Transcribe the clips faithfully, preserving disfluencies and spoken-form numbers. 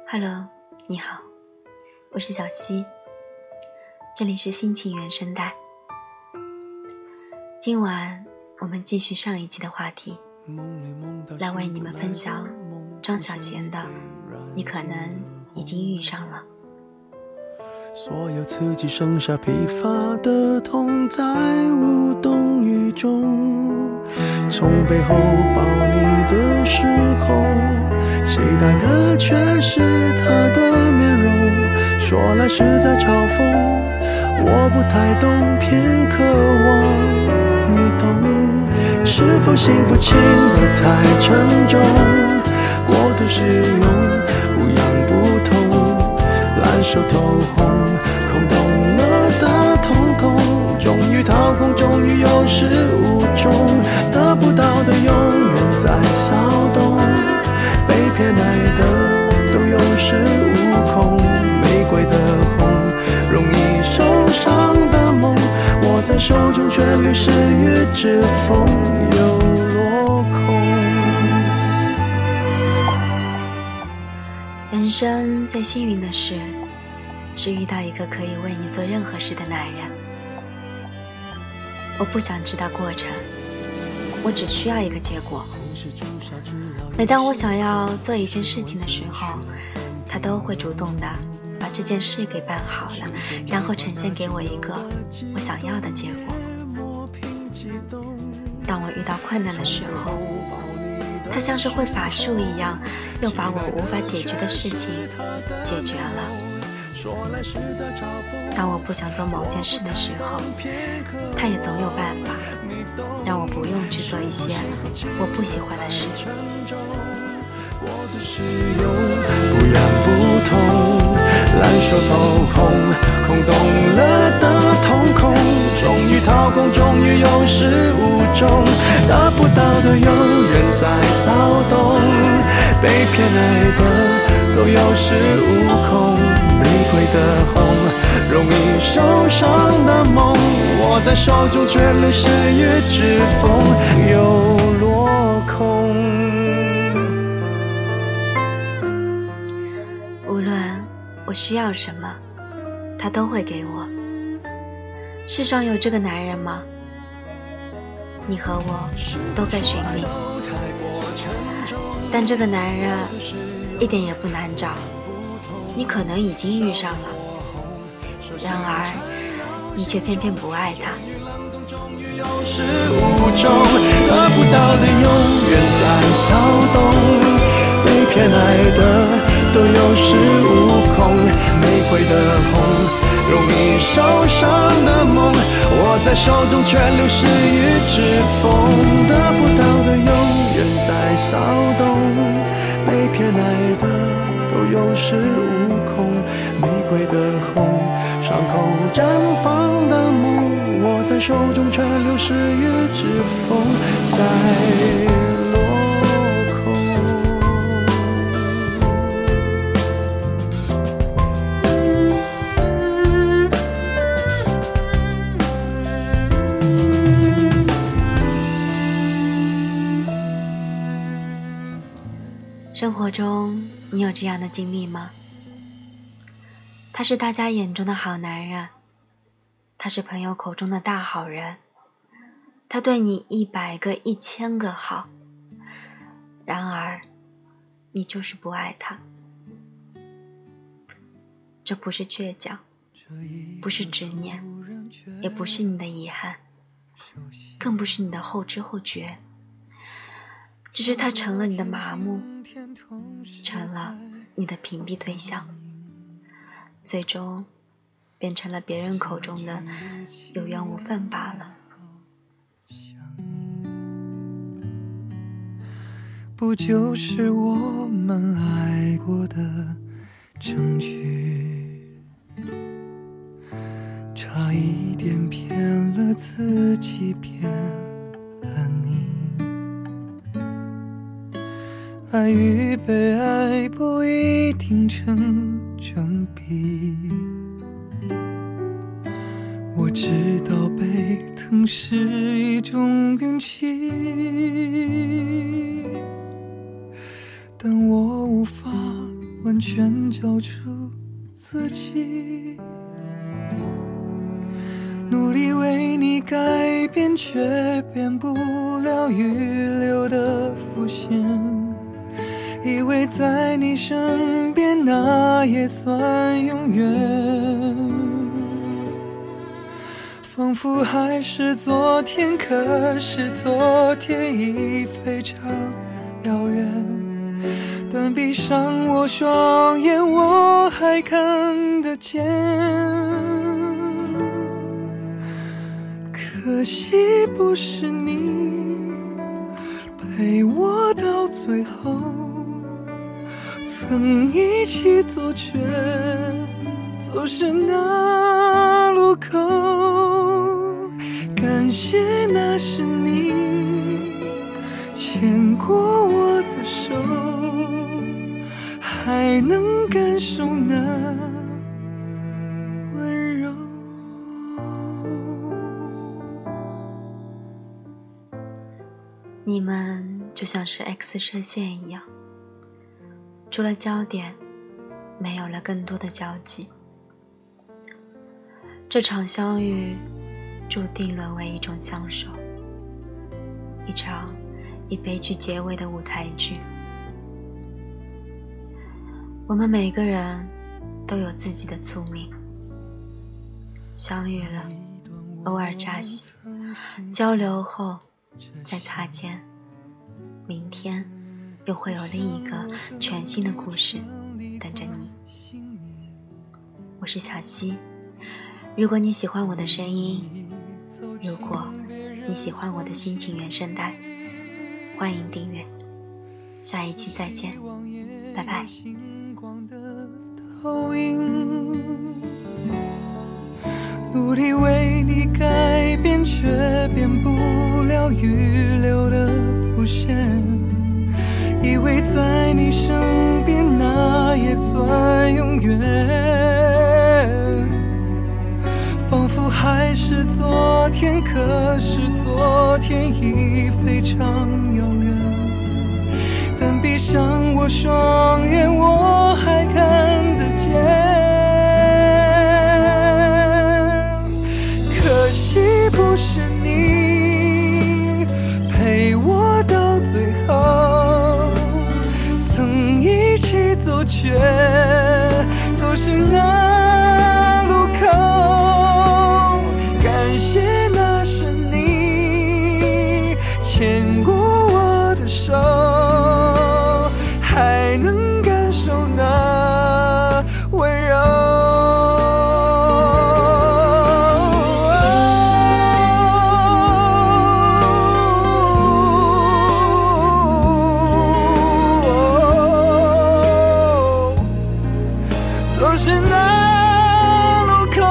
Hello， 你好，我是小溪，这里是心情原声带。今晚我们继续上一期的话题，来为你们分享张小娴的《你可能已经遇上了》。 所有刺激剩下疲乏的痛，在无动于衷，从背后抱你的时候，期待的却是他的面容，说来是在嘲讽，我不太懂，偏渴望你懂，是否幸福轻得太沉重，过度使用不痒不痛，烂熟透红，空洞了的瞳孔，终于掏空，终于有始无终，得不到的永远在骚动，被偏爱的都有恃无恐，玫瑰的红，容易受伤的梦，握在手中却流失于指缝，又落空。 人生最幸运的事是遇到一个可以为你做任何事的男人。我不想知道过程，我只需要一个结果。每当我想要做一件事情的时候，他都会主动的把这件事给办好了，然后呈现给我一个我想要的结果。当我遇到困难的时候，他像是会法术一样，又把我无法解决的事情解决了。当我不想做某件事的时候，他也总有办法让我不用去做一些我不喜欢的事。 不痒不痛，烂熟透红，空洞了的瞳孔，终于掏空，终于有始无终，得不到的永远在骚动，被偏爱的都有恃无恐，玫瑰的红，容易受伤的梦，握在手中却流失于指缝，又落空。 无论我需要什么，他都会给我。世上有这个男人吗？你和我都在寻觅，但这个男人一点也不难找，你可能已经遇上了，然而你却偏偏不爱他。 有始无终，得不到的永远在骚动，被偏爱的都有恃无恐，玫瑰的红，容易受伤的梦，握在手中却流失于指缝，得不到的永远在骚动，被偏爱的都有恃无恐，玫瑰的红，伤口绽放的梦，握在手中却流失于指缝，在落空。 生活中你有这样的经历吗？他是大家眼中的好男人，他是朋友口中的大好人，他对你一百个一千个好，然而你就是不爱他。这不是倔强，不是执念，也不是你的遗憾，更不是你的后知后觉，只是他成了你的麻木，成了你的屏蔽对象，最终变成了别人口中的有缘无分罢了。 不就是我们爱过的证据，差一点骗了自己，骗了你，爱与被爱不一定成正比，我知道被疼是一种运气，但我无法完全交出自己，努力为你改变，却变不了预留的伏线，以为在你身边那也算永远，仿佛还是昨天，可是昨天已非常遥远，但闭上我双眼，我还看得见。可惜不是你陪我到最后，曾一起走却走失那路口，感谢那是你牵过我的手，还能感受那温柔。 你们就像是 X 射线一样，除了焦点，没有了更多的交集。这场相遇注定沦为一种相守，一场以悲剧结尾的舞台剧。我们每个人都有自己的宿命，相遇了，偶尔扎心，交流后再擦肩，明天又会有另一个全新的故事等着你。我是小溪，如果你喜欢我的声音，如果你喜欢我的心情原声带，欢迎订阅，下一期再见，拜拜。 努力为你改变，却变不了预留的伏线，以为在你身边那也算永远，仿佛还是昨天，可是昨天已非常遥远，但闭上我双眼，我还看得见。可惜不是你陪我到最后，曾一起走却走失那路口，感谢那是你牵过我的手，还能感受那温柔。走失那路口，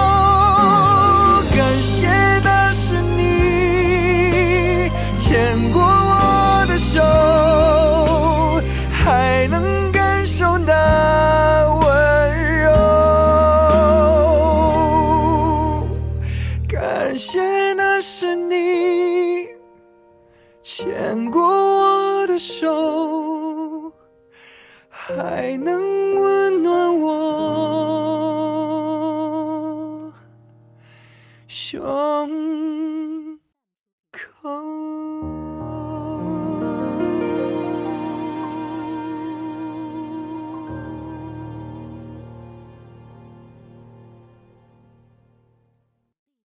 感谢的是你牵过我的手，还能感受那温柔，感谢那是你牵过我的手，还能温柔。